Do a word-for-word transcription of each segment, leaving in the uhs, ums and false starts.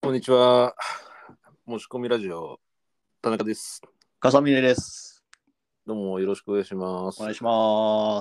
こんにちは。持ち込みラジオ、田中です。 かさみねです。 どうもよろしくお願いします。 お願いします。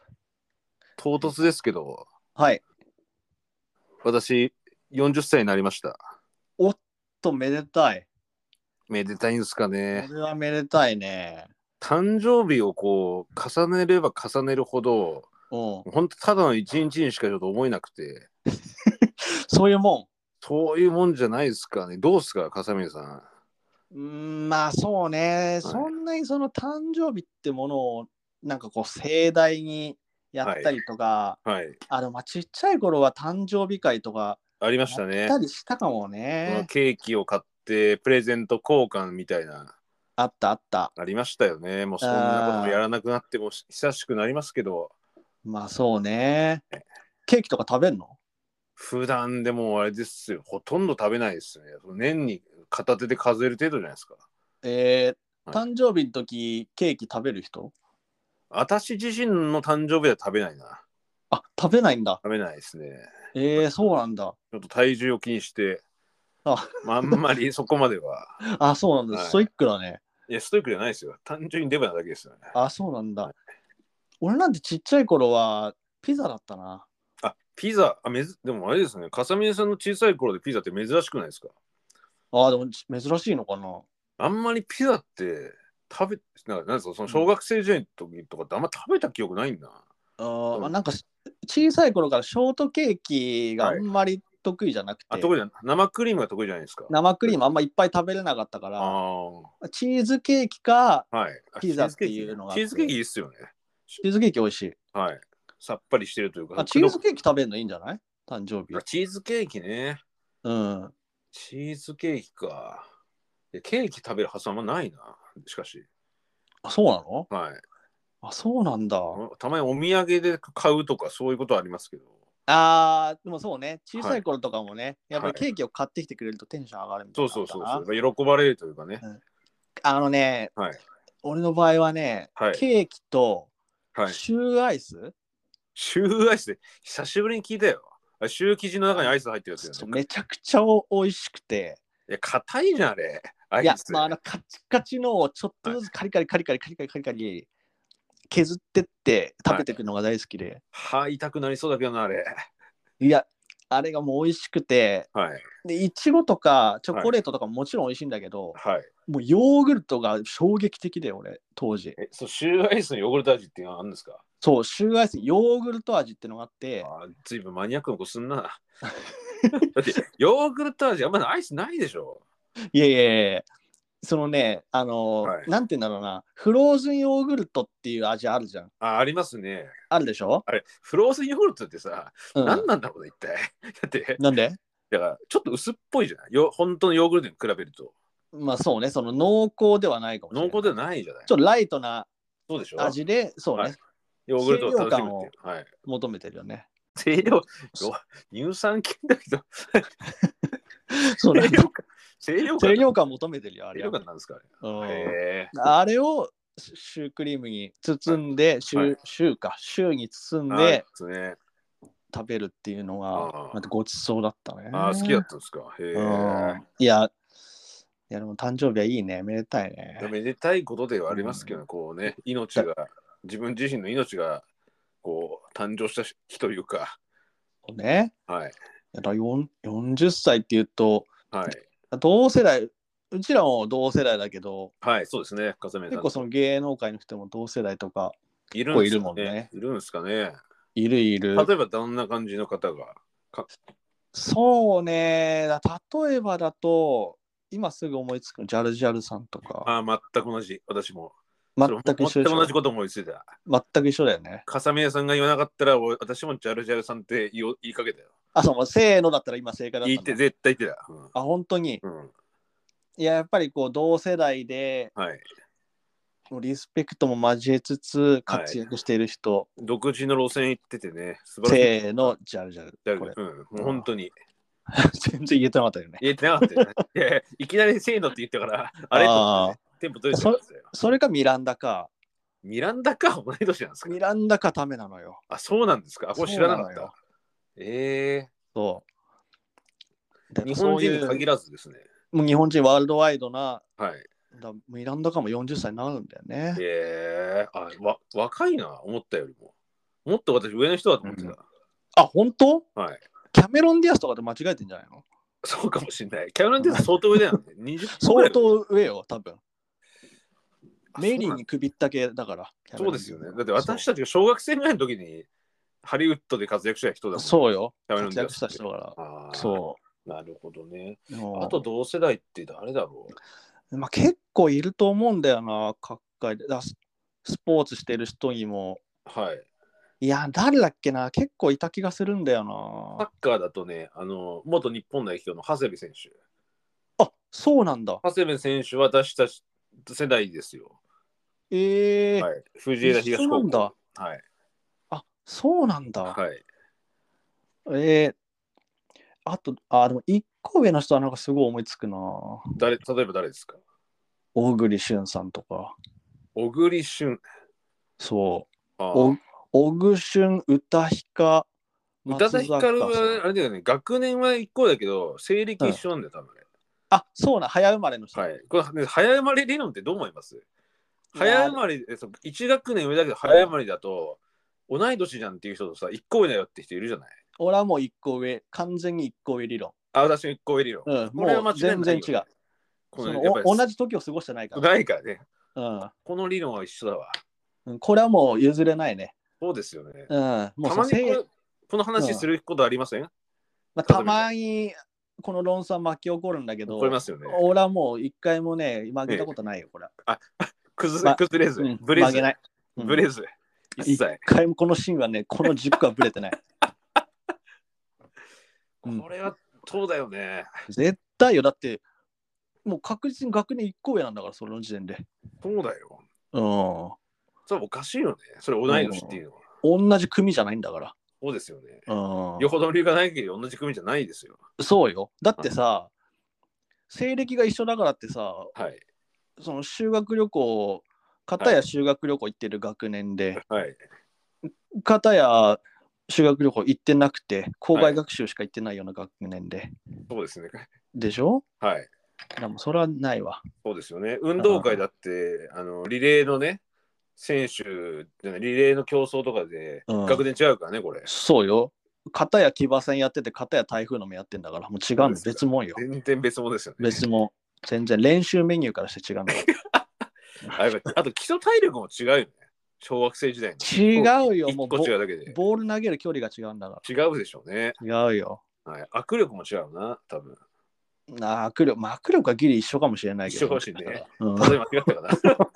唐突ですけど、 はい。 私よんじゅっさいになりました。 おっと、めでたい。 めでたいんですかこね。 れはめでたいね。 誕生日をこう重ねれば重ねるほど、 うん。 本当ただの一日にしかちょっと思えなくて、 そういうもそういうもんじゃないですかね。どうですか、笠宮さん。 ん。うーん、まあそうね。 はいそんなにその誕生日ってものをなんかこう盛大にやったりとか、 はい。 あのまあちっちゃい頃は誕生日会とかありましやったね。 たりしたかもそのね。 ケーキを買ってプレゼント交換みたいな。 あったあった。 ありましたよね。もうそんなこともやあらなくなっても久しくなりますけど、 まあそうね。ケーキとか食べんの？ 普段でもあれですよ、ほとんど食べないですね。年に片手で数える程度じゃないですか。 えー、 はい、 誕生日の時ケーキ食べる人？ 私自身の誕生日は食べないな。 あ、食べないんだ。 食べないですね。 えー、そうなんだ。 ちょっと体重を気にして、 あ、 まあ、あんまりそこまでは。 あ、そうなんだ。ストイはックだね。 い、いや、ストイックじゃないですよ。単純にデブなだけですよね。 あ、そうなんだ。 はい、 俺なんてちっちゃい頃はピザだったな。 あ、ピザ、あめずでもあれですね、笠宮さんの小さい頃でピザって珍しくないですか？ あ、でも珍しいのかな。 あんまりピザって食べ、なんかなんですか、そのうん、 小学生時代の時とかってあんま食べた記憶ないんだ。 あ、まあ、なんか小さい頃からショートケーキがあはい。 んまり得意じゃなくあ、 て、 得意じゃ生クリームが得意じゃないですか。 生クリームあんまいっぱい食べれなかったかあら、 あ。 チーズケーキかはい。あ、 ピチザっていうーズケーキね。チーズケーキのがあって、 いいっすよね。 チーズケーキ美味しい。 はい。さっぱりしてるというか、 あ、チくどくーズケーキ食べるのいいんじゃない？誕生あ、 日。 チーズケーキね。 うん。 チーズケーキか。いやケーキ食べる発想あんまないな。しかし。 あ、そうなの？ はい。 あ、そうなんだ。 たまにお土産で買うとかそういうことはありますけど。 あー、でもそうね、小はい。 さい頃とかもね、やっぱはい。 りケーキを買ってきてくれるとテンション上がるみたそういなのあそうそうそう。 ったな。 喜ばれるというかね。 うん、あのね、 はい。 俺の場合はね、 はい。 ケーキとはい。 シューアイス、 シューアイスで久しぶりに聞いたよ。あ、シュー生地の中にアイス入ってるやつよね。 めちゃくちゃお美味しくて、 いや、硬いじゃん、あれ。アいや、 イス。 まあ、あのカチカチのをちょっとずつカリカリカリカリカリカリカリカリ削ってって食べていくのが大好きで、 歯痛くなりそうだけどな、あれ。 いや、あれがもう美味しくて、 はい。 で、いちごとかチョはい。 コレートとかももちろん美味しいんだけど、 はい。 もうヨーグルトが衝撃的で、俺、当時。 え、そう、シューアイスのヨーグルト味っていうのはあるんですか？ そう、シューアイス、ヨーグルト味ってのがあって、 あー、ずいぶんマニアックなことすんな。だって、ヨーグルト味、あんまアイスないでしょ。 いやいやいや、そのね、あのはい。 なんて言うんだろうな、フローズンヨーグルトっていう味あるじゃん。 あ、ありますね。 あるでしょ？ あれ、フローズンヨーグルトってさ、 うん。 何なんだろうね、一体。だって、 なんで？ だからちょっと薄っぽいじゃないよ、本当のヨーグルトに比べると。 まあそうね、その濃厚ではないかもしれない。 濃厚ではないじゃない。 ちょっとライトなそうでしょ？ 味で、そうね、 はい。ヨーグルトを清涼楽しむっていう。 感をはい。 求めてるよね。 清涼、乳酸菌だけど、 そうなんだ。 清涼感、清涼感、 清涼感求めてるよ、あれ清涼は。 感なんですか、あれ。 うん。 へえ。 あれをシュークリームに包んで、シはい。 ュー、シューか、シューに包んありでますね。 食べるっていうのが、 あまたごちそうだったあ、好きだっね。 たんですか。へうえ。 ん。いや、いやでも誕生日はいいね。めでたいね。 めでたいことではありますけど、 うん、 こうね、命だが、自分自身の命が、こう、誕生した日というか、 ね。 はい。 だからよんよんじゅっさいっていうと、 はい。 同世代、うちらも同世代だけど、 はい、そうですね、笠宮さんと。 結構その芸能界の人も同世代とかいるんで結構いるすかね。 もんね。 いるんですかね。 いるいる。 例えば、どんな感じの方が。かそうね。例えばだと、今すぐ思いつくジャルジャルさんとか。 ああ、全く同じ。私も。そ全れ全くく一緒でしょ？ 同じこと思いついた。 全く一緒だよね。 笠宮さんが言わなかったら、私もジャルジャルさんって言いかけたよ。 あ、そう、せーのだったら今正解だっ言って、 たんだ。 絶対言ってた。 あ、本当に。 うん。うん、 いや、やっぱりこう同世代で、 はい。 もうリスペクトも交えつつはい。 活躍している人、 独自の路線行っててね、素晴らしい。 せーの、ジャルジャル。これ。 ジャルうん、もう本当に。 全然言えてなかったよね。 言えてなかったよね。いやいやいきなりせーのって言ったから、あれと思ってね、テンポ取れちゃいましたよ。 それかミランダか。 ミランダか同い年なんですか？ ミランダかためなのよ。 あ、そうなんですか。あ、これ知そうらなかった。 なのよ。 ええそう。 で日本人に限らずですね。 もう日本人ワールドワイドな、 はい。 だミランダかもよんじゅっさいになるんだよね。 ええー、あわ、若いな、思ったよりも。もっと私、上の人だと思ってた。うん、 あ、本当？ はい。 キャメロン・ディアスとかで間違えてんじゃないの？ そうかもしれない。キャメロン・ディアス相当上だよね。にじゅっ相当上よ、多分。メリーにそうなん首ったけだから。 そうですよね。だって私たちが小学生ぐらいの時にハリウッドで活躍した人だもん。 そうよ。 キャメロン・ディアス活躍した人だから。 あそう。 なるほどね。あと同世代って誰だろう、まあ、結構いると思うんだよな、各界で。だスポーツしてる人にも。 はい。 いや、誰だっけな、結構いた気がするんだよな。 サッカーだとね、あの元日本代表の長谷部選手。 あ、そうなんだ。 長谷部選手は私たち世代ですよ。 ええー。 はい。藤枝東高校。 なんだ。 はい。 あ、そうなんだ。 はい。 えー、あと、あ、でも一個上の人はなんかすごい思いつくな。 誰、例えば誰ですか？ 小栗旬さんとか。 小栗旬。 そう。 あお小栗旬、歌彦、 宇多田ヒカルは、あれだよね、学年は一個だけど、西暦一緒なんだよ、多分ね。 あ、そうな、早生まれの人。 はい。これ、早生まれ理論ってどう思います？早生まれ、いち学年上だけど早生まれだと、同い年じゃんっていう人とさ、いっこ上だよって人いるじゃない？ 俺はもういっこ上、完全にいっこ上理論。 あ、私もいっこ上理論。 うん、 これは間違いないよ、ね。 全然違う。このやっぱ同じ時を過ごしてないから。 ないからね。 うん、 この理論は一緒だわ。 これはもう譲れないね。 そうですよね。 うん、もうたまにこれこの話することありません？うん、 まあ、たまにこの論争巻き起こるんだけど、 これますよね、 俺はもう一回もね、曲げたことないよ、これ。 あ、崩れ、ま、崩れず、うん、ブレず。 曲げない。 うん、ブレず。 一切。一回もこのシーンはね、この軸はブレてない。 これはそうだよね。 絶対よ。だって、もう確実に学年いっこ上なんだから、その時点で。 そうだよ。 うん。 それおかしいよね。それ同い年っていうのは。 同じ組じゃないんだから。 そうですよね。 うん。 よほど理由がないけど同じ組じゃないですよ。 そうよ。だってさ、西暦が一緒だからってさ、 はい、 その修学旅行、片や修学旅行行ってる学年で、 はい、 片や修学旅行行ってなくて、校外学習しか行ってないような学年で。はい、 そうですね。 でしょ？ はい。 でもそれはないわ。 そうですよね。運動会だって、あのリレーのね、選手、リレーの競争とかで、学年違うからね、これ。 そうよ。片や騎馬戦やってて、片や台風の目やってんだから、もう違うの、別物よ。 全然別物ですよね。 別物。全然練習メニューからして違うんだあと基礎体力も違うよね。小学生時代に。違うよ、 もうボール投げる距離が違うんだから。 違うでしょうね。 違うよ。 はい、握力も違うな、多分。 あ握力、まあ、握力はギリ一緒かもしれないけど。 一緒かもしれない。うん、例えば間違ったかな。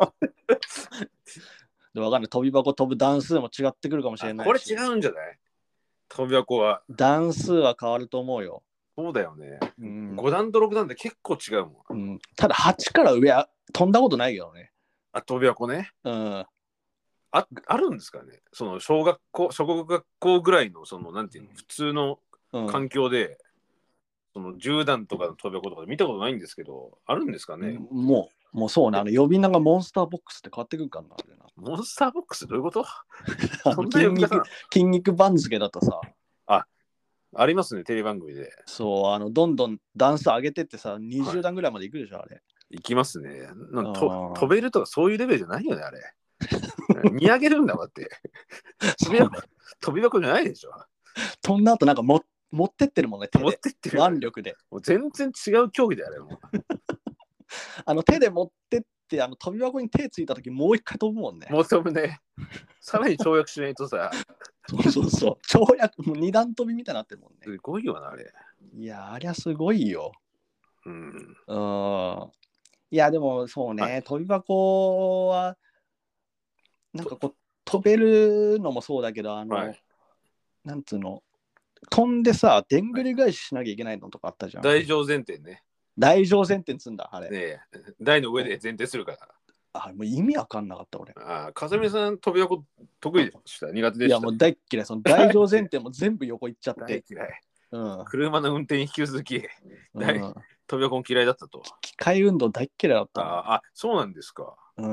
でわかんない。飛び箱飛ぶ段数も違ってくるかもしれないし。 これ違うんじゃない？飛び箱は。 段数は変わると思うよ。 そうだよね。 うん、 ご段とろく段って結構違うもん。 うん、ただはちから上は飛んだことないけどね。 あ、飛び箱ね。 うん。 あ, あるんですかね。その小学校、小学校ぐらいのそのなんていうの、普通の環境で、うん、そのじゅう段とかの飛び箱とか見たことないんですけど、あるんですかね。 もう、もうそうね。あの呼び名がモンスターボックスって変わってくるからな。 モンスターボックスどういうこと？ そんな筋肉筋肉番付だとさ。 あ、ありますね、テレビ番組で。 そう、あのどんどん段数上げてってさ、にじゅう段ぐらいまでいくでしょ、はい、あれ。 いきますね。なんと飛べるとかそういうレベルじゃないよね、あれ。見上げるんだもんって。飛び箱、飛び箱じゃないでしょ。 飛んだ後なんかも持ってってるもんね、手で。 持ってってる。 腕力で。 もう全然違う競技であれもあの手で持ってってあの飛び箱に手ついた時もう一回飛ぶもんね。 もう飛ぶね。さらに跳躍しないとさ。 そうそうそう。跳躍もう二段飛びみたいになってるもんね。 すごいよな、あれ。 いや、ありゃすごいよ。 うん。 うん。いや、でもそうね、はい、飛び箱は、なんかこう、飛べるのもそうだけど、あの、はい、なんつうの、飛んでさ、でんぐり返ししなきゃいけないのとかあったじゃん。 大乗前転ね。 大乗前転つんだ、あれ。 ねえ、台の上で前転するから。 あ、もう意味わかんなかった、俺。 ああ、風見さん、飛び箱得意でした？苦手でした？ いや、もう大っ嫌い。その大乗前転も全部横行っちゃって。 大嫌い。 うん、 車の運転に引き続き、うん、飛び箱も嫌いだったと。 機械運動大っ嫌いだった。 ああ、そうなんですか。 うん。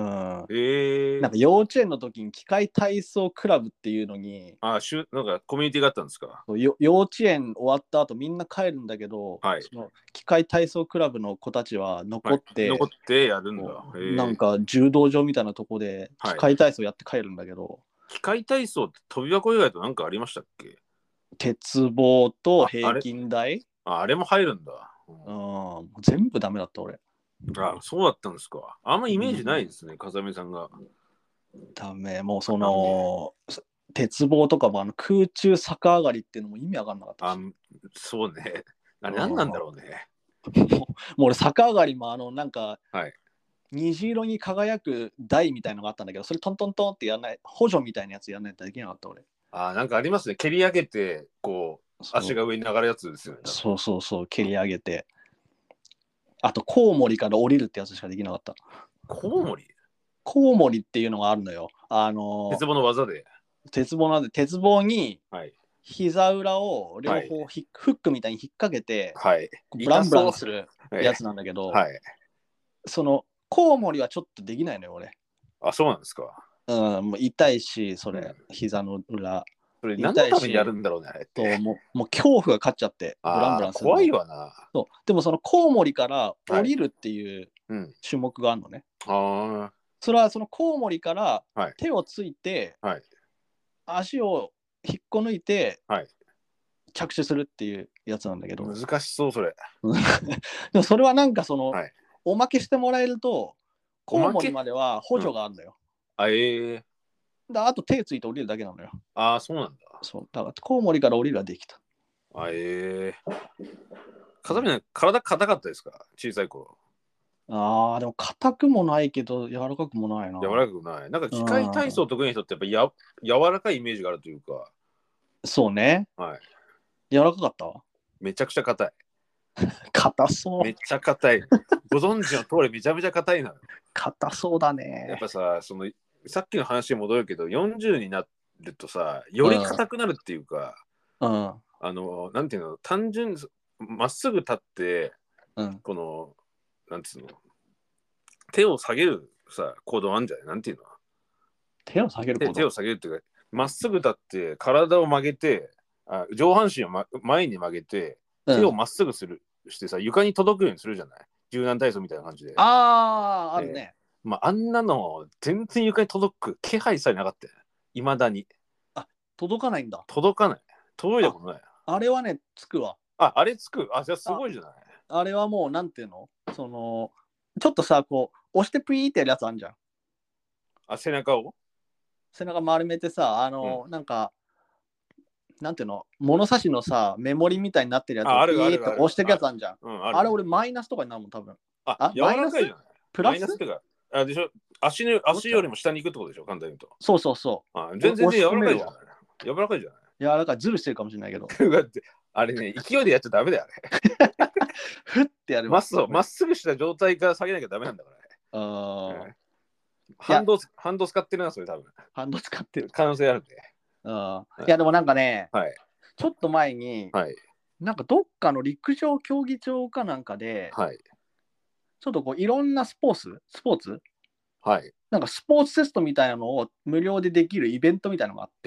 ええー。 なんか幼稚園の時に機械体操クラブっていうのに、 あ、しゅなんかコミュニティがあったんですか？ よ幼稚園終わった後みんな帰るんだけど、 はい。 その機械体操クラブの子たちは残って、 はい、残ってやるんだ。 こうへえ。 なんか柔道場みたいなとこで機械体操やって帰るんだけど、はい、 機械体操って飛び箱以外と何かありましたっけ？ 鉄棒と平均台。 あ、あれも入るんだ。 うん、もう全部ダメだった俺。 あ、そうだったんですか。あんまイメージないですね、うん、風見さんが。 ダメ、もうその鉄棒とかもあの空中逆上がりっていうのも意味わかんなかったし。 あ、そうね。あれ何なんだろうね。 もう俺逆上がりもあのなんか、 はい、 虹色に輝く台みたいのがあったんだけど、それトントントンってやらない、補助みたいなやつやらないとできなかった俺。 あ、なんかありますね。蹴り上げてこう足が上に上がるやつですよね。 そうそうそう、蹴り上げて。あとコウモリから降りるってやつしかできなかった。 コウモリ？ コウモリっていうのがあるのよ。あのー、 鉄棒の技で。 鉄棒なんで、鉄棒に膝裏を両方、はい、フックみたいに引っ掛けて、はい、ブランブランするやつなんだけど、はい、そのコウモリはちょっとできないのよ俺。 あ、そうなんですか。 うん、もう痛いし、それ、うん、膝の裏。 それ何のためにやるんだろうね、あれって。 もう、もう恐怖が勝っちゃって、ブランブランするの。 怖いわな。 そうでもそのコウモリから降りるっていう種目があるのね。はい、あ、それはそのコウモリから手をついて、はい、足を引っこ抜いて、はい、着手するっていうやつなんだけど。 難しそうそれ。 でもそれはなんかその、はい、おまけしてもらえるとコウモリまでは補助があるのよ。 うん、あ、ええー。 だあと手ついて降りるだけなのよ。 ああ、そうなんだ。 そうだからコウモリから降りるはできた。 あ、ええー。風見さん、体硬かったですか？小さい頃。 ああ、でも硬くもないけど柔らかくもないな。 柔らかくない。なんか機械体操得意な人ってやっぱや柔らかいイメージがあるというか。 そうね。はい。柔らかかったわ。 めちゃくちゃ硬い。 硬そう。 めっちゃ硬い。ご存知の通りめちゃめちゃ硬いな。 硬そうだね。 やっぱさ、そのさっきの話に戻るけど、よんじゅうになるとさ、より硬くなるっていうか、うん、あの、なんていうの、単純にまっすぐ立って、うん、この、なんていうの、手を下げるさ、行動あるんじゃない？なんていうの？ 手を下げる行動？ 手を下げるっていうか、まっすぐ立って体を曲げて、あ、上半身を、ま、前に曲げて、手をまっすぐする、うん、してさ、床に届くようにするじゃない？柔軟体操みたいな感じで。 ああ、あるね。 まあ、あんなの全然床に届く気配さえなかったよ。いまだに。 あ、届かないんだ。 届かない。届いたことない。 あ, あれはね、つくわ。 あ、あれつく。あ、じゃあすごいじゃない。 あ, あれはもう、なんていうの？その、ちょっとさ、こう、押してプイーってやるやつあるじゃん。 あ、背中を背中丸めてさ、あの、うん、なんか、なんていうの、物差しのさ、メモリみたいになってるやつをピーって押してるやつあるじゃん。あ, あ, あれ俺マイナスとかになるもん、多分。 あ、あ柔らかいじゃない。 プラス？ マイナスってか、あでしょ、足の足よりも下に行くってことでしょ、簡単に言うと。 そうそうそう。 あ、全然柔らかいじゃない。柔らかいじゃない。 柔らかい、ズルしてるかもしれないけど。 だってあれね、勢いでやっちゃダメだよ、あれ。 ふってやるまっすぐした状態から下げなきゃダメなんだからね。あ、えー、反動、反動使ってるな、それ多分。 反動使ってる。 可能性あるんで。 あ、いや、でもなんかね、はい、ちょっと前に、はい、なんかどっかの陸上競技場かなんかで、はい、ちょっとこういろんなスポーツ、スポーツ、はい、なんかスポーツテストみたいなのを無料でできるイベントみたいなのがあって、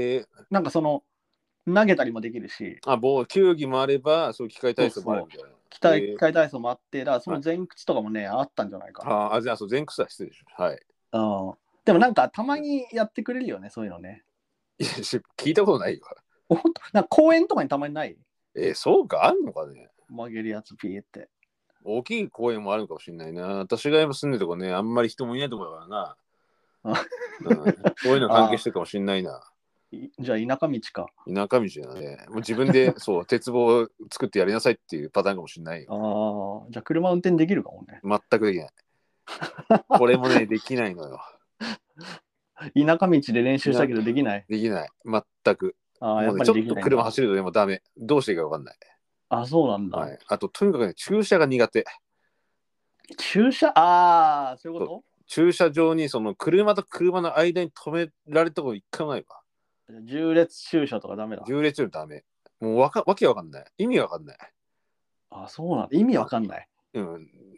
へー、なんかその投げたりもできるし、 あ、もう球技もあれば、そう機械体操もあるみたいな。 機械、機械体操もあって、だからその前屈とかもね、はい、あったんじゃないかな。 あ、じゃあそう前屈は失礼でしょ。はい。 あ、でもなんかたまにやってくれるよね、そういうのね。 いや、聞いたことないよ。 本当？なんか公園とかにたまにない？ えー、そうか、あるのかね。 曲げるやつピーって。 大きい公園もあるかもしれないな。私が今住んでるとこね、あんまり人もいないところだからな。うん、そういうの関係してるかもしれないな。 じゃあ田舎道か。 田舎道だね。もう自分でそう鉄棒を作ってやりなさいっていうパターンかもしれないよ。ああ、じゃあ車運転できるかもね。 全くできない。これもね、できないのよ。 田舎道で練習したけどできない。 できない。全く。あ、やっぱりちょっと車走るとでもダメ。どうしていいか分かんない。 あ、そうなんだ。 はい、あと、とにかくね、駐車が苦手。 駐車？ああ、そういうこと？ 駐車場にその車と車の間に止められたこと一回もないわ。 縦列駐車とかダメだ。 縦列駐車ダメ。もうわかわけわかんない。意味わかんない。 あ、そうなんだ。意味わかんない。 うん。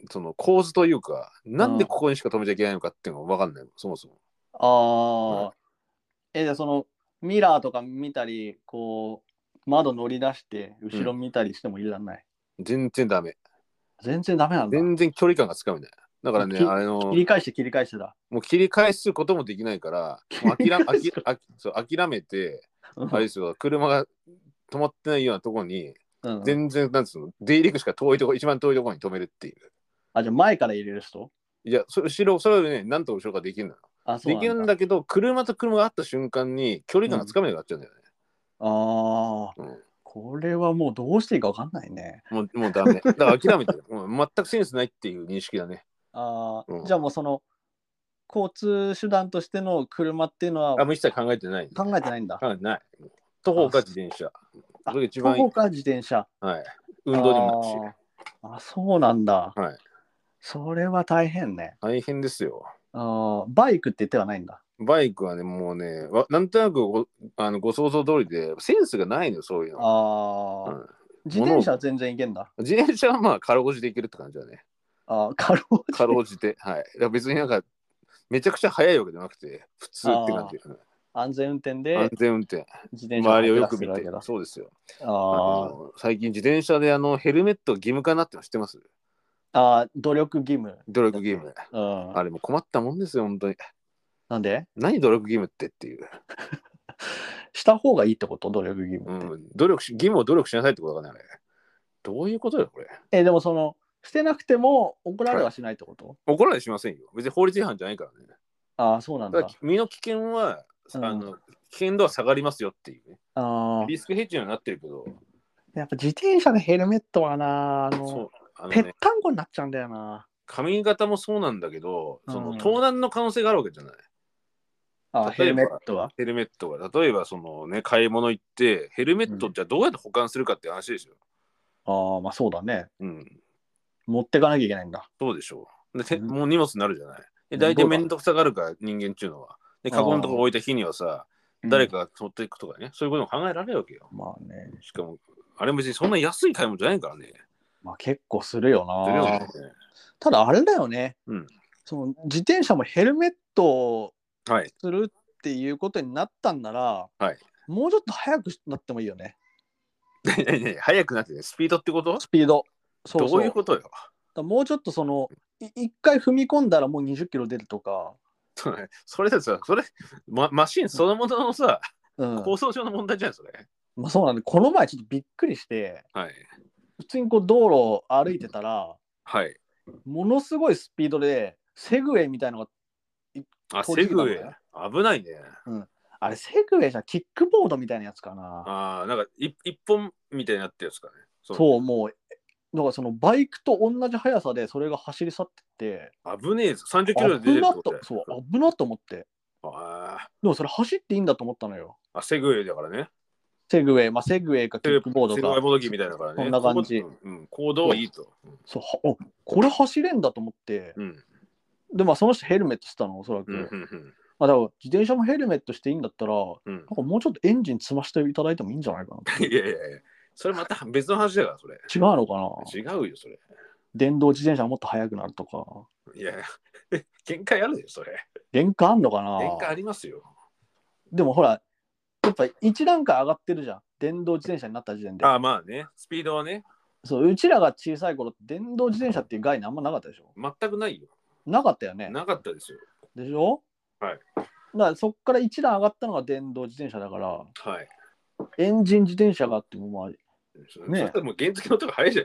その構図というか、なんでここにしか止めちゃいけないのかっていうのが分かんない、そもそも。 ああ、 はい、 え、じゃあそのミラーとか見たり、こう、窓乗り出して後ろ見たりしてもいらない。 うん、全然ダメ。 全然ダメなんだ。 全然距離感がつかめない。だからね、あの、 切り返して切り返してだ。 もう切り返すこともできないから、もう諦諦諦そう諦めて、あれですよ、車が止まってないようなところに、うん、全然、なんつうの、出入り口から遠いところ、一番遠いところに止めるっていう。 あ、じゃあ前から入れる人？ いや、それ後ろ、それはね、なんと後ろができるのよ。あ、そうなんだ。できるんだけど、車と車が会った瞬間に距離感がつかめなくなっちゃうんだよね。 うん、ああ、うん、これはもうどうしていいか分かんないね。 もう、もうダメ。だから諦めてる。もう全くセンスないっていう認識だね。 ああ、うん、じゃあもうその、交通手段としての車っていうのは、 あ、もう一切考えてない、ね。 考えてないんだ。 考えてない。徒歩か自転車。 それが一番徒歩か自転車。 はい。運動にもなるし。 あ、そうなんだ。 はい。 それは大変ね。 大変ですよ。 あ、バイクって手はないんだ。 バイクはね、もうね、なんとなく ご, あのご想像通りで、センスがないのよ、そういうの。 ああ、うん、自転車は全然いけんだ。 自転車はまあ、かろうじていけるって感じだね。 ああ、かろうじて。 かろうじて。はい。だから別になんか、めちゃくちゃ速いわけじゃなくて、普通って感じ。 安全運転で。 安全運転。 自転車周りをよく見て。そうですよ。 ああ最近自転車であのヘルメット義務化になっての知ってます？ ああ、努力義務。 努力義務。うん、あれも困ったもんですよ、本当に。 なんで？ 何努力義務ってっていう。 した方がいいってこと？努力義務って。 うん、努力し、義務を努力しなさいってことだね、あれ。どういうことよ、これ。 え、でもその、してなくても怒られはしないってこと？はい、 怒られしませんよ。別に法律違反じゃないからね。 ああ、そうなんだ。 だ身の危険は、うん、あの、危険度は下がりますよっていうね。あリスクヘッジにはなってるけど。 やっぱ自転車でヘルメットはな、あの、そうあのね、ぺったんこになっちゃうんだよな。 髪型もそうなんだけど、その盗難の可能性があるわけじゃない。 あ、ヘルメットはヘルメットは例えばそのね買い物行ってヘルメットじゃどうやって保管するかって話ですよ。 うん、ああまあそうだね。うん。持ってかなきゃいけないんだ。 そうでしょう。で、うん、もう荷物になるじゃない。で大体面倒くさがるから人間っていうのは。でカゴのとこ置いた日にはさ誰かが取っていくとかね、うん、そういうことも考えられるわけよ。 まあね。 しかもあれも別にそんな安い買い物じゃないからね。 まあ結構するよな。するよね。ただあれだよね。うん。その自転車もヘルメットをするっていうことになったんなら、はい、もうちょっと速くなってもいいよね。 速くなってね、スピードってこと？ スピード。 そうそう。どういうことよ。 だもうちょっとその一回踏み込んだらもうにじゅっキロ出るとか。 それださ、それ、ま、マシンそのもののさ、うん、構造上の問題じゃん、それ。 まあそうなんで、この前ちょっとびっくりして、はい、普通にこう道路を歩いてたら、はい、ものすごいスピードでセグウェイみたいなのがあ、セグウェイ危ないね、 うん、あれセグウェイじゃキックボードみたいなやつかな。 ああ、なんか一本みたいになってるやつかね。 そう、そうもうだからそのバイクと同じ速さでそれが走り去ってって危ねえぞ、さんじゅっキロで出てるってこと。 そう危なと思って。あでもそれ走っていいんだと思ったのよ。 あ、セグウェイだからね。 セグウェイ、まあセグウェイかキックボードか。セグウェイボード機みたいだからね。 こんな感じ。 うん、行動いいと。 そう、おこれ走れんだと思って。うん、で、まあその人ヘルメットしてたの、おそらく。うんうんうん、まあだから自転車もヘルメットしていいんだったら、うん、なんかもうちょっとエンジン積ませていただいてもいいんじゃないかな。 いやいやいや、それまた別の話だから、それ。 違うのかな。 違うよ、それ。 電動自転車もっと速くなるとか。 いや、限界あるよ、それ。 限界あんのかな。 限界ありますよ。 でもほら、やっぱ一段階上がってるじゃん。電動自転車になった時点で。 ああ、まあね。スピードはね。 そう、うちらが小さい頃って電動自転車っていう概念あんまなかったでしょ。 全くないよ。 なかったよね。 なかったですよ。 でしょ。はい。だからそっから一段上がったのが電動自転車だから、はい。エンジン自転車があってもまあ、ね。 そしたらもう原付のとこ早いじゃ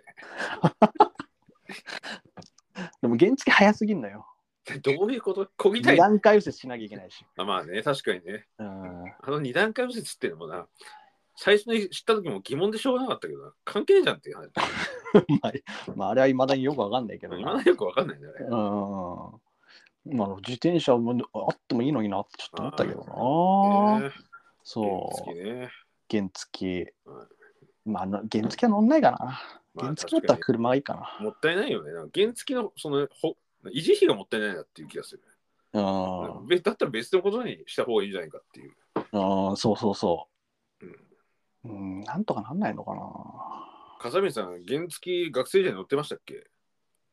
ない。でも原付早すぎんのよ。 どういうこと？こぎたい。 に段階右折しなきゃいけないし。 あまあね、確かにね。うん、あのに段階右折っていうのもな、最初に知った時も疑問でしょうがなかったけどな、関係じゃんっていう話。 まあ、まあ、あれはいまだによくわかんないけど。 いまだによくわかんないんだよね。うん。 まあ、自転車もあってもいいのになってちょっと思ったけどな。えー、そう。原付ね。原付。まあ、原付は乗んないかな。原付だったら車がいいかな。 もったいないよね。原付のそのほ維持費がもったいないなっていう気がする。あだったら別のことにした方がいいんじゃないかっていう。 ああ、そうそうそう。うん、うん、なんとかなんないのかな。 笠見さん、原付学生時代乗ってましたっけ？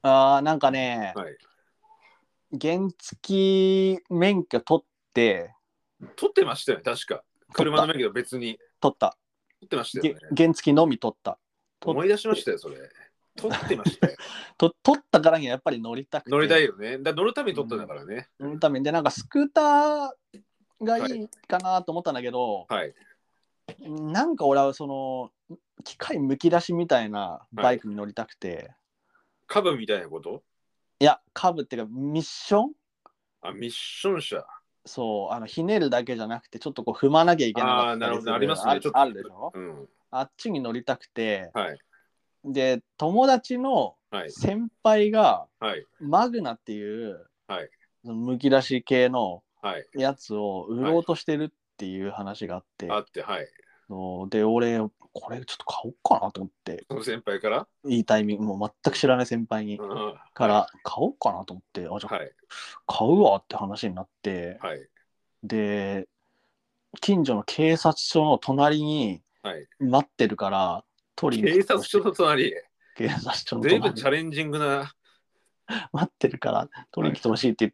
あーなんかね、 はい。 原付免許取って取ってましたよね、確か。 取った車の免許と別に。 取った取ってましたよげね。 原付のみ取った取っ思い出しましてたよ、それ。取ってましたよ。 と取ったからにはやっぱり乗りたく乗りたいて、 よね。だ乗るために取ったんだうん、 からね。 乗るためにでなんかスクーターがはい。 いいかなと思ったんだけど、 はい。 なんか俺はその機械むき出しみたいなバイクに乗りたくて、 カブみたいなこと？ いやカブっていうかミッション、 あ、ミッション車。 そうあのひねるだけじゃなくてちょっとこう踏まなきゃいけなかああ、 ったなるほど、ありりするますね。ちょっと。 あるでしょ、 うん。 あっちに乗りたくて、 はい。 で友達のはい。 先輩がはい。 マグナっていうはい。 そのむき出し系のはい。 やつを売ろうとしてるっていう話があって、 あって、はい。 そうで俺これちょっと買おうかなと思って、 その先輩から。 いいタイミング、もう全く知らない先輩にうん。はい。 から買おうかなと思って、あじゃあはい。 買うわって話になって、 はい。 で近所の警察署の隣にはい。 待ってるから取りに来警察署てほしい。 の隣。 警察署のずいぶんチ隣ャレンジングな。 待ってるから取りはい。 に来てほしいって言って、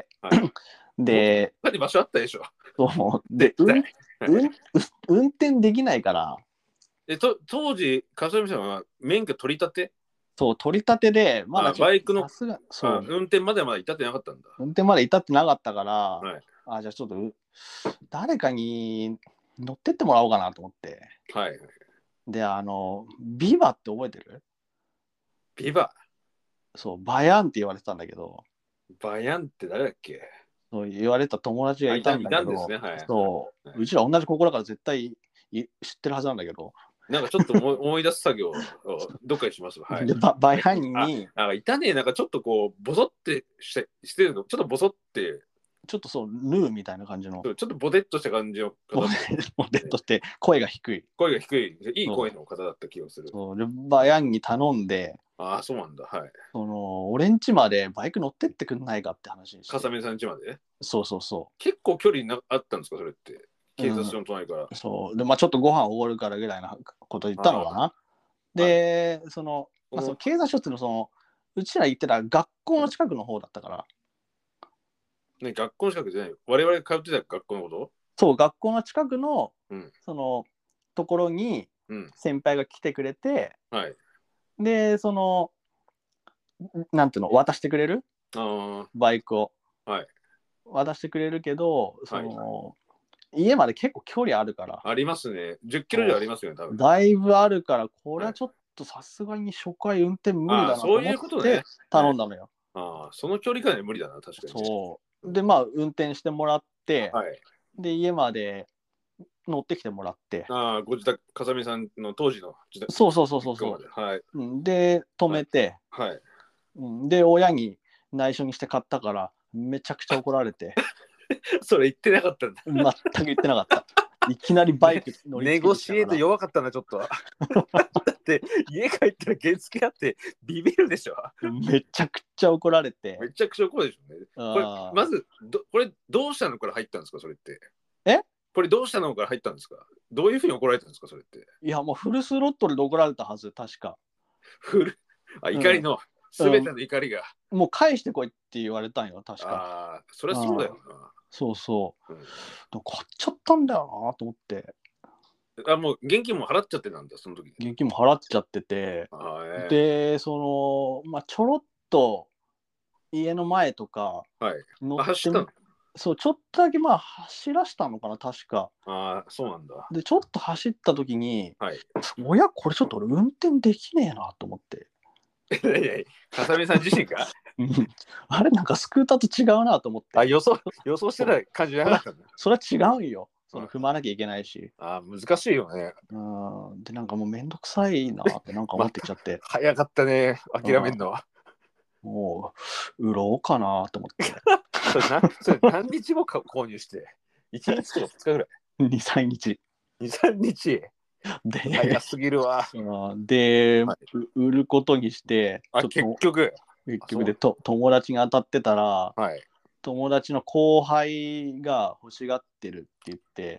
はい。もっとで他に場所あったでしょ。 そうで、 絶対。 うんはい。 うん、運転できないからで、と当時、笠見さんは免許取り立て？ そう取り立てでまだあ、 ちょっとバイクの、 さすがあ、 そう運転まではまだ至ってなかったんだ。 運転まで至ってなかったから、 はい。 あじゃあちょっと誰かに乗ってってもらおうかなと思って、 はい。 であのビバって覚えてる？ ビバ。 そうバヤンって言われてたんだけど、 バヤンって誰だっけ？ そう言われた友達があ、いた、 いたんいだけど、 たんですね。はい。 そはい。 ううちら同じ心から絶対知ってるはずなんだけど、 なんかちょっと思い思い出す作業をどっかにします。はい。 でババヤンあ、 になんかいたね。なんかちょっとこう、ボソってしてしてるの、ちょっとボソって、 ちょっとそうヌーみたいな感じのちょっとボテっとした感じの方モだっデルとして声が低い、 声が低い、いいそう声の方だった気がする。 そうでバヤンに頼んで、 ああ、そうなんだ。はい。 その俺ん家までバイク乗ってってくんないかって話にして、 笠目さん家までそうそうそ結構距離なあったんですか、それって。 う、う警察署の隣から。 ん、そうでまあちょっとご飯おごるからぐらいなこと言ったのかな。 はい。 でその、まあ、その警察署っていうのはそのうちら行ってた学校の近くの方だったから、 ね、学校の近くじゃない。我々通ってた学校のこと？ そう学校の近くの、 うん。 そのところにうん。 先輩が来てくれて、 はい。 でそのなんていうの渡してくれるあバイクをあ、はい。 渡してくれるけど、そはい。 の家まで結構距離あるから、 ありますね。じゅっキロ以上ありますよね、多分。 だいぶあるから、これはい。 はちょっとさすがに初回運転無理ああ、 だなと思っそういうことてね。はい。 頼んだのよ。 ああ、その距離感で無理だな、確かにね。 そう。 うん、 で、まあ、運転してもらって、 はい。 で、家まで乗ってきてもらって、 ああ、ご自宅、風見さんの当時の自宅、 そうそうそうそうそ実家まで。はい。 う。うんで、止はい。 めて、 はい。 うんで、親に内緒にして買ったから、めちゃくちゃ怒られて、 それ言ってなかったんだ。 全く言ってなかった。いきなりバイね、 ク乗りつけネゴてきたから、 シエート弱かったな、ちょっと。だって家帰ったら原付あってビビるでしょ。 めちゃくちゃ怒られて、 めちゃくちゃ怒るでしょうね。これ、 あまずど、これどうしたのから入ったんですか、それって。 えこれどうしたのから入ったんですか。どういうふうに怒られたんですか、それって。 いや、もうフルスロットルで怒られたはず、確か。 フル、あ、 うん。 怒りの、すべうん、 ての怒りが。 もう返してこいって言われたんよ、確か。 ああ、そりゃそうだうん、 よそうそな。うん、 う。でも買っちゃったんだよなと思って、 あ、もう現金も払っちゃってなんだ、その時に。 現金も払っちゃってて、 ああ、えで、その、まあ、ちょろっと家の前とかー、はい。あ、 乗ってみ、 走ったの？ そう、ちょっとだけまあ走らしたのかな、確か。 ああ、そうなんだ。 で、ちょっと走った時に、 はい。 親、これちょっと俺運転できねえなと思って。 笠見さん自身があれなんかスクーターと違うなと思って。 あ、予想、予想してた感じじゃなかったんだ。 それは違うんよ。そのあ踏まなきゃいけないし。 あ、難しいよね。 うん。で、なんかもうめんどくさいなってなんか思また、 ってきちゃって、 早かったね、諦めんのは。 もう、売ろうかなと思って。 それなそれ何日後か購入して、いちにちとかふつかぐらい。 に、さんにち。 に、さんにち。 で、 早すぎるわ。 うんで、 はい、 売ることにして、 あ、 ちょっと結局。 結局でと友達が当たってたら、 はい。 友達の後輩が欲しがってるって言って、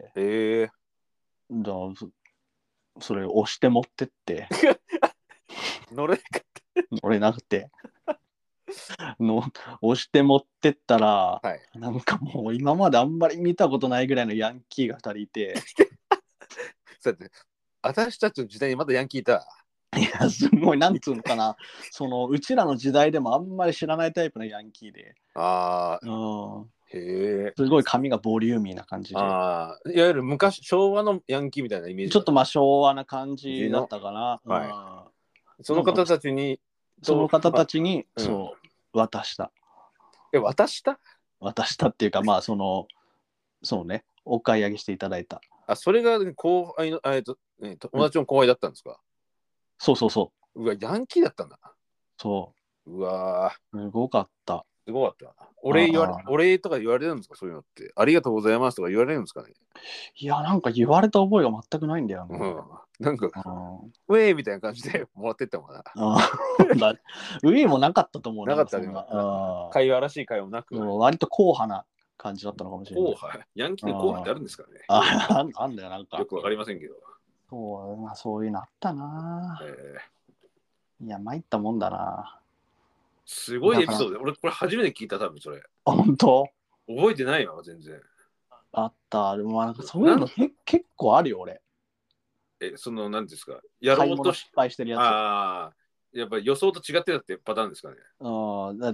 ええだそそれを押して持ってって、 ー、乗れなかっ乗れなくて。 の押して持ってったら、 はい、 なんかもう今まであんまり見たことないぐらいのヤンキーがふたりいてだって私たちの時代にまだヤンキーいた。 いやすごいなんつうのかなそのうちらの時代でもあんまり知らないタイプのヤンキーで、 ああ、 うん、 へえ。 すごい髪がボリューミーな感じで、 ああ、いわゆる昔昭和のヤンキーみたいなイメージ。 ちょっとまあ昭和な感じだったかな、 はうん、 その方たちに、 その方たちに、 うん、 そう渡したえ渡した渡したっていうかまあそのそうねお買い上げしていただいた。 あ、それが後輩の、えっと、ね、友達の後輩だったんですか、うん、 そうそうそう。 うわ、ヤンキーだったんだ。 そう。 うわすごかった。 すごかった。お礼言われ、お礼とか言われるんですか、そういうのって。ありがとうございますとか言われるんですかね。いや、なんか言われた覚えが全くないんだよね。 うん、なんか、ウェイみたいな感じでもらってったもんな。 ウェイもなかったと思うなかったね。会話らしい会話もなく。 割と硬派な感じだったのかもしれない。 硬派ヤンキーの硬派ってあるんですかね。 ああんだよ、なんか。 よくわかりませんけど。 そう、まあ、そういうのあったな。えー、いや、参ったもんだな。 すごいエピソードで、俺これ初めて聞いた、多分それ。 本当？ 覚えてないわ、全然。 あった。でもなんかそういうのけ結構あるよ、俺。 え、その、なんですか、やろうと失敗してるやつ。 ああ、やっぱ予想と違ってたってパターンですかね。 うん、だって、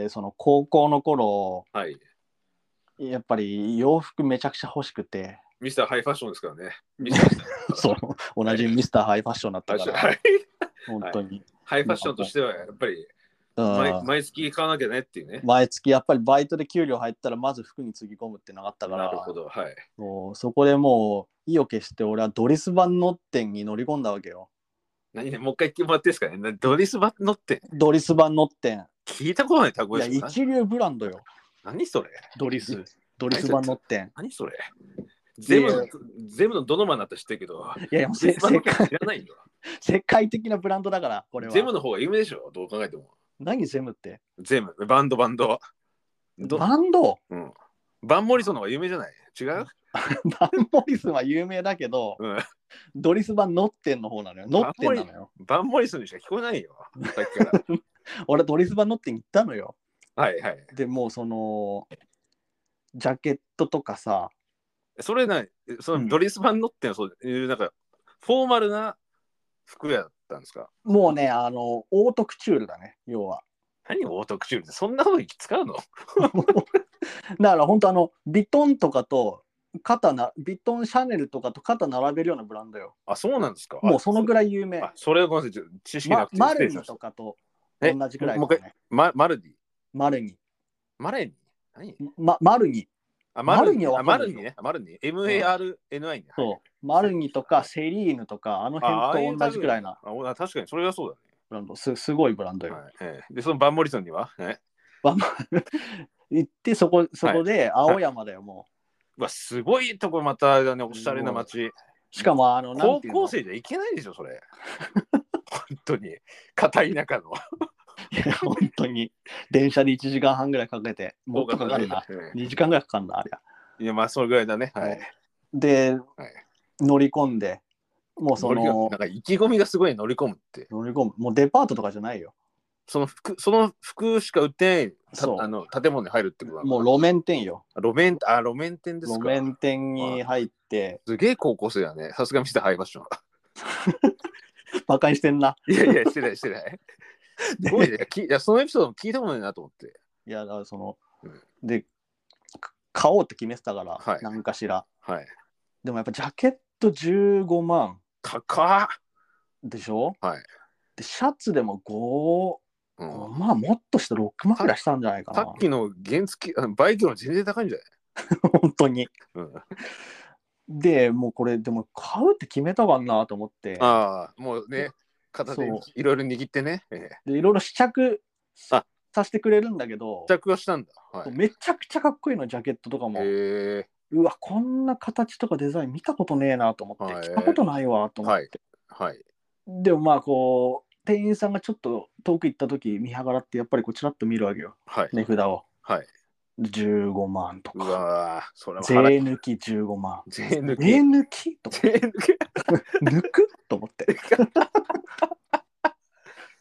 その高校の頃、 はい。 やっぱり洋服めちゃくちゃ欲しくて。 ミスターハイファッションですからね。 そう、同じミスターハイファッションだったから。はい、本当に、 はい。ハイファッションとしては、やっぱり、毎, 毎月買わなきゃねっていうね。 毎月やっぱりバイトで給料入ったらまず服につぎ込むってなかったから。 なるほど、はい。 もうそこでもう意を決して俺はドリスバンノッテンに乗り込んだわけよ。 何ね、もう一回言ってもらっていいですかね。ドリスバンノッテン。 ドリスバンノッテン。 聞いたことない単語ですよ。いや、一流ブランドよ。 何それドリス。ドリスバンノッテン。 何それ全部、全部のどのマンだったら知ってるけど、 いやいや、世界知らないよ。世界的なブランドだから、これは。 ゼムの方が有名でしょ、どう考えても。 何ゼムって？ ゼム、バンド、バンド。 バンド？ うん。バンモリソンの方が有名じゃない？違う？ バンモリソンは有名だけど、うん、ドリスバンノッテンの方なのよ。ノッテンなのよ。 バンモリソンにしか聞こえないよ。さっきから俺、ドリスバンノッテン行ったのよ。 はいはい。 でもうその、ジャケットとかさ、 それな、そのドリスバンノッテンはそういう、なんか、フォーマルな服屋だったんですか？ もうね、あの、オートクチュールだね、要は。 何オートクチュールってそんなこと使うの？だから本当あの、ビトンとかと、肩な、ビトンシャネルとかと肩並べるようなブランドよ。 あ、そうなんですか？ もうそのぐらい有名。 あ、それはごめんなさい、知識なくて、 ま、マルニとかと同じぐらい、ね。 もう一回、ま、マルニ。 マルニ。 マレニ何？ ま、マルニ。 あ、マルニはマルニね。マルニ。エムエーアールエヌアイ ね。 そう。マルニとかセリーヌとか、あの辺と同じぐらいな。 ああ、確かにそれはそうだね。 ブランド す, すごいブランドよ。 はいえー、で、そのバンモリソンには、えバンモ行って、そこ、そこで青山だよ、もう。うわ、すごいとこまた、ね、おしゃれな街。 しかも、あの、 高校生じゃいけないでしょ、それ。本当に。片田舎の。 いや、本当に。電車でいちじかんはんぐらいかけて、もっとかかるな。にじかんぐらいかかるな、ありゃ。 いや、まあ、それぐらいだね。はい。 で、はい、乗り込んで、もうその、 なんか意気込みがすごい乗り込むって。 乗り込む。もうデパートとかじゃないよ。 その服、その服しか売ってないあの建物に入るってことだもう路面店よ。 路面、あ、路面店ですか。 路面店に入って。 すげえ高校生だね。さすがミスターハイファッション。 バカにしてんな。 いやいや、してない、してない。すごいね。いや、そのエピソードも聞いたことないなと思って。 いや、だからその、うん、で、買おうって決めてたから、はい、何かしら。 はい。 でもやっぱジャケットじゅうごまん。 高っでしょ？ はい。 で、シャツでもご、うん、ごまんもっとしてろくまんくらいしたんじゃないかな。 さっきの原付バイクの全然高いんじゃない本当に。 うん、 で、もうこれ、でも買うって決めたかなと思って。 ああ、もうね、片手いろいろ握ってね。 で、いろいろ試着させてくれるんだけど、 試着はしたんだ、 はい。めちゃくちゃかっこいいの、ジャケットとかも。 へうわ、こんな形とかデザイン見たことねえなと思って、着たことないわと思って。 はい。はい、 でもまあ、こう、店員さんがちょっと遠く行った時見計らって、やっぱりこうちらっと見るわけよ。 はい。 値札を。 はい。 じゅうごまんとか。 うわそれは税抜きじゅうごまん。 税抜き。 税抜きと税抜き抜くと思って。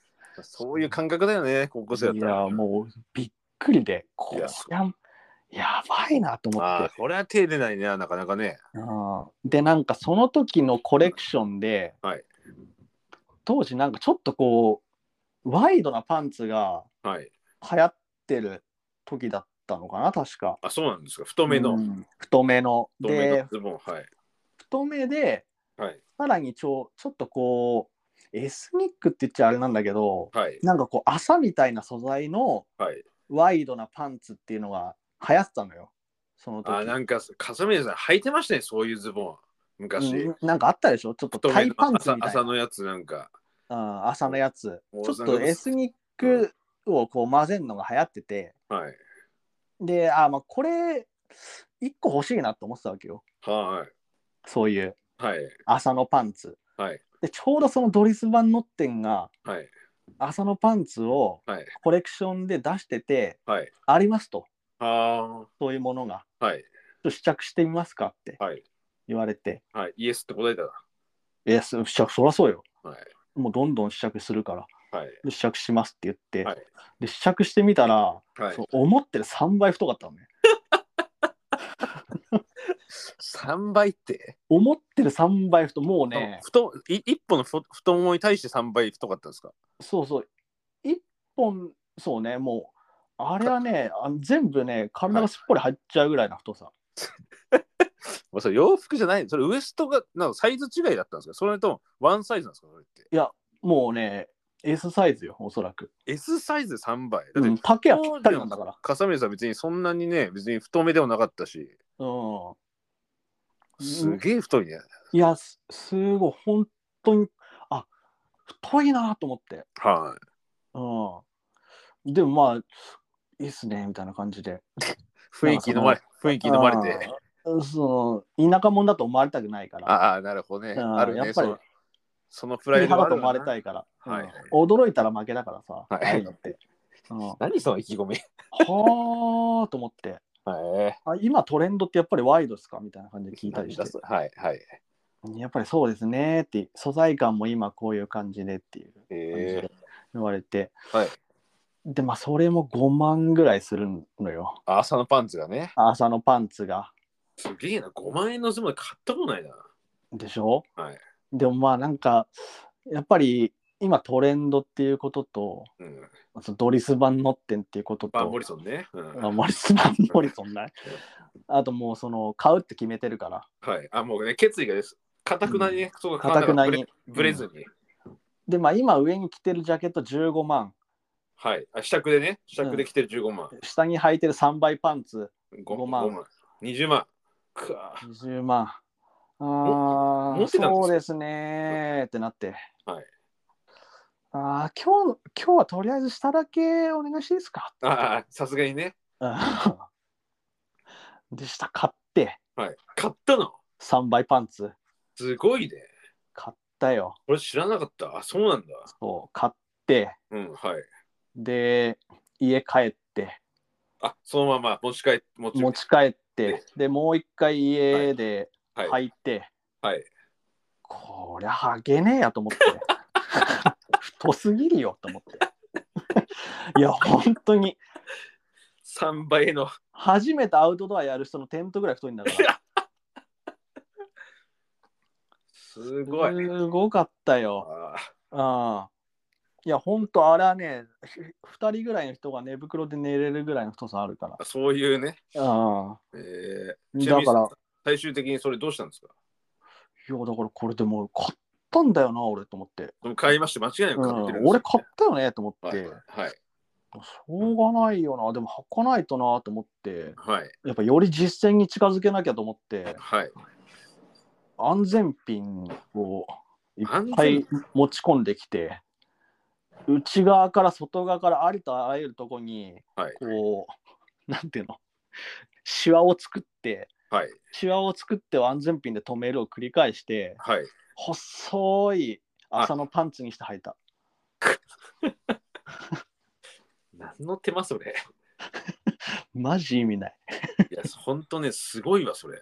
そういう感覚だよね、高校生だったら。 いや、もうびっくりで、こいやややばいなと思って。 ああ、これは手出ないね、なかなかね。 うん、で、なんかその時のコレクションで、 はい。 当時なんかちょっとこう、ワイドなパンツがはい。 流行ってる時だったのかな、確か。 あ、そうなんですか。太めの。 うん、太めの。 太めので、 ズボン。はい。 太めで、 はい。 さらにちょちょっとこう、エスニックって言っちゃあれなんだけど、 はい。 なんかこう、麻みたいな素材のはい。 ワイドなパンツっていうのが流行ってたのよ、そのあ、 時。 なんか、笠宮さん履いてましたね、そういうズボン。昔。 うん、なんかあったでしょ、ちょっと太めのタイパンツ朝みたいな。 朝のやつなんか。 うん、朝のやつ。ちょっもうなんかとエスニックをこう混ぜるのが流行ってて、 はい。 で、あ、まあこれ、いっこ欲しいなと思ってたわけよ。 はい。 そういうはい。 朝のパンツ。 はい。 で、ちょうどそのドリス・バンノッテンがはい。 朝のパンツをはい。 コレクションで出してて、 はい。 ありますと。 あそういうものが。 あ。はい。 ちょっと試着してみますかってはい。 言われて。 はい。イエスって答えたら。 え、試着、そりゃそうよ。 はい。 もうどんどん試着するから。 はい。 で試着しますって言って、 はい。 で試着してみたら、 はい。 そう思ってるさんばい太かったのね。 さんばいって思ってるさんばい太、もうね、 太い一歩の太太ももに対してさんばい太かったんですか？ そうそう、いっぽん、そうね、もう、あれはね、あ全部ね、体がすっぽり入っちゃうぐらいな太さ。 まあそれ洋服じゃない、それウエストがなんかサイズ違いだったんですか？それともワンサイズなんですか？それっていや、もうね、S サイズよ、おそらく。 S サイズさんばいだって、 うん、丈はぴったりなんだから。 笠宮さん別にそんなにね、別に太めではなかったし、 うすげえ太いね。 ん。いや、すすごい、本当に、あ、太いなと思って。 はい、 うん。でもまあ、いいっすね、みたいな感じで。 雰囲気飲まれ雰囲気飲まれて、 うん、その田舎者だと思われたくないから。 ああなるほどね、 うん、 あるやっぱりね、そのそのプライドはある派だと思われたいから、 はいはい、 うん、驚いたら負けだからさ、 はい、 ああいうのって。うん、は何その意気込み。 あと思って、 はい、 あ、今トレンドってやっぱりワイドですかみたいな感じで聞いたりして、 はいはいやっぱりそうですねって、素材感も今こういう感じでっていう感じえで言われて、 ー、はい、 で、まあそれもごまんぐらいするのよ。 朝のパンツがね、 朝のパンツが。 すげえな、ごまん円のズボンで買ったことないな。 でしょ？ はい。 でもまあなんか、やっぱり今トレンドっていうことと、 うん、 そのドリス・バン・ノッテンっていうことバン・と、 モリソンね。うん、 あモリス・バン・モリソンない。あともうその買うって決めてるから。 はい。あ、もうね、決意がです。かたくなにね、 うん、 そうかたくなに。 ブレずに、 うん、で、まあ今上に着てるジャケットじゅうごまん。 はい。あ、試着でね、試着で着てるじゅうごまん。 下に履いてるさんばいパンツご, ごまん。 ごまん。にじゅうまん。くわにじゅうまん。 持ああ、 ってたんですか？ そうですねってなって。 はい。 ああ、今日、今日はとりあえず下だけお願いしていいですか。 ああ、さすがにね。 で、下買って、 はい。買ったの？ さんばいパンツ。 すごいね。 買ったよ。 これ知らなかった。あ、そうなんだ。 そう、買って、 うん、はい。 で、家帰って、 あ、そのまま持ち帰持ち持ち帰って、で、もう一回家で履いて、 はい。はい、 こりゃはげねえやと思って。太すぎるよと思って。いや、本当に。 さんばいの。 初めてアウトドアやる人のテントぐらい太いんだから。 すごい。 すごかったよ。ああ。いや、本当あれはね、ふたりぐらいの人が寝袋で寝れるぐらいの太さあるから。 そういうね。 ああ。 えー、だから、 最終的にそれどうしたんですか？ いや、だからこれでも買ったんだよな、俺と思って。 でも買いまして、間違いなく買ってるんですよ、ね、 うん、俺買ったよねと思って。 はい。はい、 しょうがないよな、でも履かないとなと思って、 はい、 やっぱより実践に近づけなきゃと思って、 はい、 安全ピンをいっぱい持ち込んできて、内側から外側からありとあらゆるとこに、 はい、 こう、なんていうの、シワを作って、 はい、 シワを作って安全ピンで止めるを繰り返して、 はい、 細い朝のパンツにして履いた。 何の手間それ。 マジ意味ない。 いや、ほんとね、すごいわ、それ。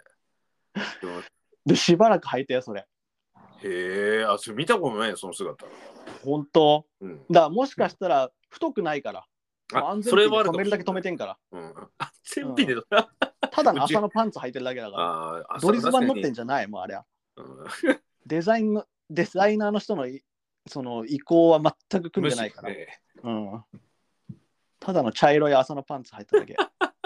で、しばらく履いたよ、それ。 へえ、あ、それ見たことないよ、その姿。 本当、 うん、 だからもしかしたら太くないから。 あ、 安全ピンで止めるだけ止めてんから。 うん、安全ピンで、うん、 ただの朝のパンツ履いてるだけだから。あドリズバン乗ってんじゃないもうあれは。うん、デザインのデザイナーの人のその意向は全く組んでないから。えー、うん。ただの茶色い朝のパンツ履いただけ。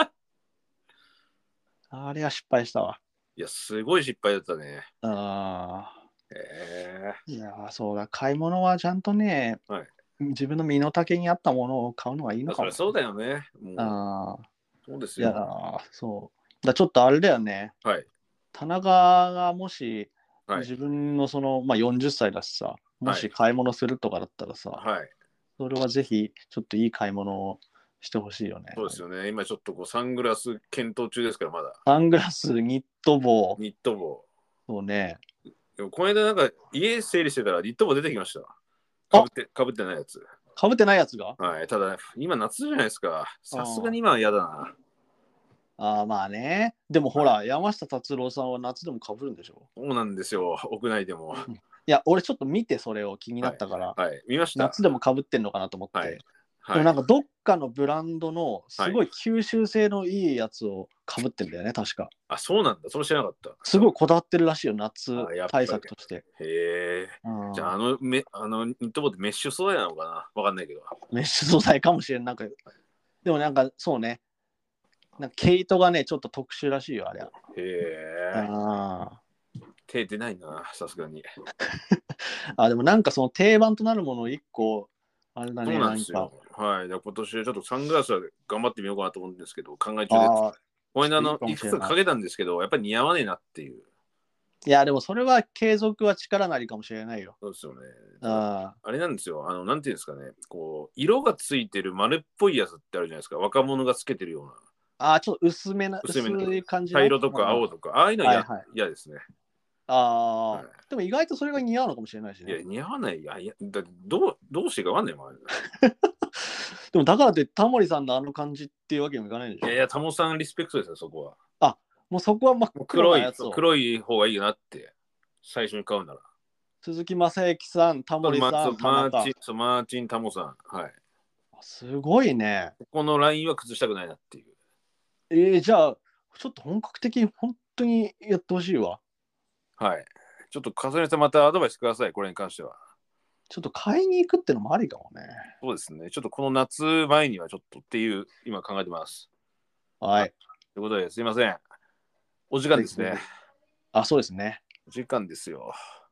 あれは失敗したわ。 いや、すごい失敗だったね。 ああ。 へえ。 いや、そうだ。買い物はちゃんとね、はい、自分の身の丈に合ったものを買うのがいいのかも。 そうだよね。 もうああ。 そうですよ。 いや、そう。だちょっとあれだよね。 はい。 田中がもし、 はい、 自分のその、まあ、よんじゅっさいだしさ、もし買い物するとかだったらさ、はい、それはぜひ、ちょっといい買い物をしてほしいよね。 そうですよね。今ちょっとこうサングラス検討中ですから、まだ。 サングラス、ニット帽。 ニット帽。 そうね。 でもこの間なんか家整理してたらニット帽出てきました。かぶって、かぶってないやつ。 かぶってないやつがはい。ただ、今夏じゃないですか。さすがに今は嫌だな。 ああ、まあね。でもほら、はい、山下達郎さんは夏でもかぶるんでしょ。 そうなんですよ。屋内でも。 いや、俺ちょっと見てそれを気になったから。 はい。はい、見ました。 夏でもかぶってんのかなと思って。 はいはい、でもなんかどっかのブランドのすごい吸収性のいいやつをかぶってんだよね、確か。 あ、そうなんだ。それ知らなかった。 すごいこだわってるらしいよ、夏対策として。 へえ。じゃあ、あのめあのニット帽ってメッシュ素材なのかなわかんないけど。 メッシュ素材かもしれん。なんか、でもなんかそうね。なんか毛糸がね、ちょっと特殊らしいよ、あれは。 へえ。ああ。手出ないな、さすがに。 あ、でもなんかその定番となるものを一個、あれだね、 そうなんですよ。はい。今年はちょっとサングラスは頑張ってみようかなと思うんですけど、考え中です。これあの、いくつかかけたんですけど、やっぱり似合わねえなっていう。 いや、でもそれは継続は力なりかもしれないよ。 そうですよね。 ああれなんですよ。あの、なんていうんですかね。こう、色がついてる丸っぽいやつってあるじゃないですか。若者がつけてるような。 ああ、ちょっと薄めな、 薄めな薄い感じの。茶色とか青とか、ああいうのは嫌、はいはい、嫌ですね。 ああ、はい、でも意外とそれが似合うのかもしれないしね。 いや、似合わない。いや、いやだどう、どうしていいかわかんないもん。 でもだからってタモリさんのあの感じっていうわけにもいかないでしょ。 いやいや、タモさんリスペクトですよ、そこは。 あ、もうそこは真っ黒なやつを。 黒い、黒い方がいいなって、最初に買うなら。 鈴木雅之さん、タモリさん、 マーチン、そうマーチン、タモさん。はい。 すごいね。 ここのラインは崩したくないなっていう。 えー、じゃあ、ちょっと本格的に本当にやってほしいわ。 はい。ちょっと重ねてまたアドバイスください、これに関しては。 ちょっと買いに行くってのもありかもね。 そうですね。ちょっとこの夏前にはちょっとっていう、今考えてます。 はい。 ということで、すいません。お時間ですね。 あ、そうですね。 お時間ですよ。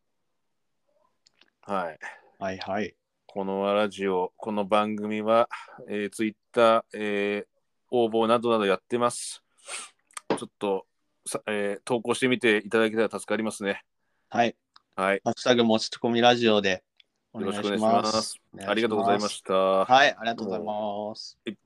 はい。 はいはい。 このラジオ、この番組は、えー、Twitter、えー、応募などなどやってます。ちょっとさ、えー、投稿してみていただけたら助かりますね。 はい。 はい。 ハッシュタグ持ち込みラジオでお願いします。 よろしくお願いします。ありがとうございました。 はい、ありがとうございます。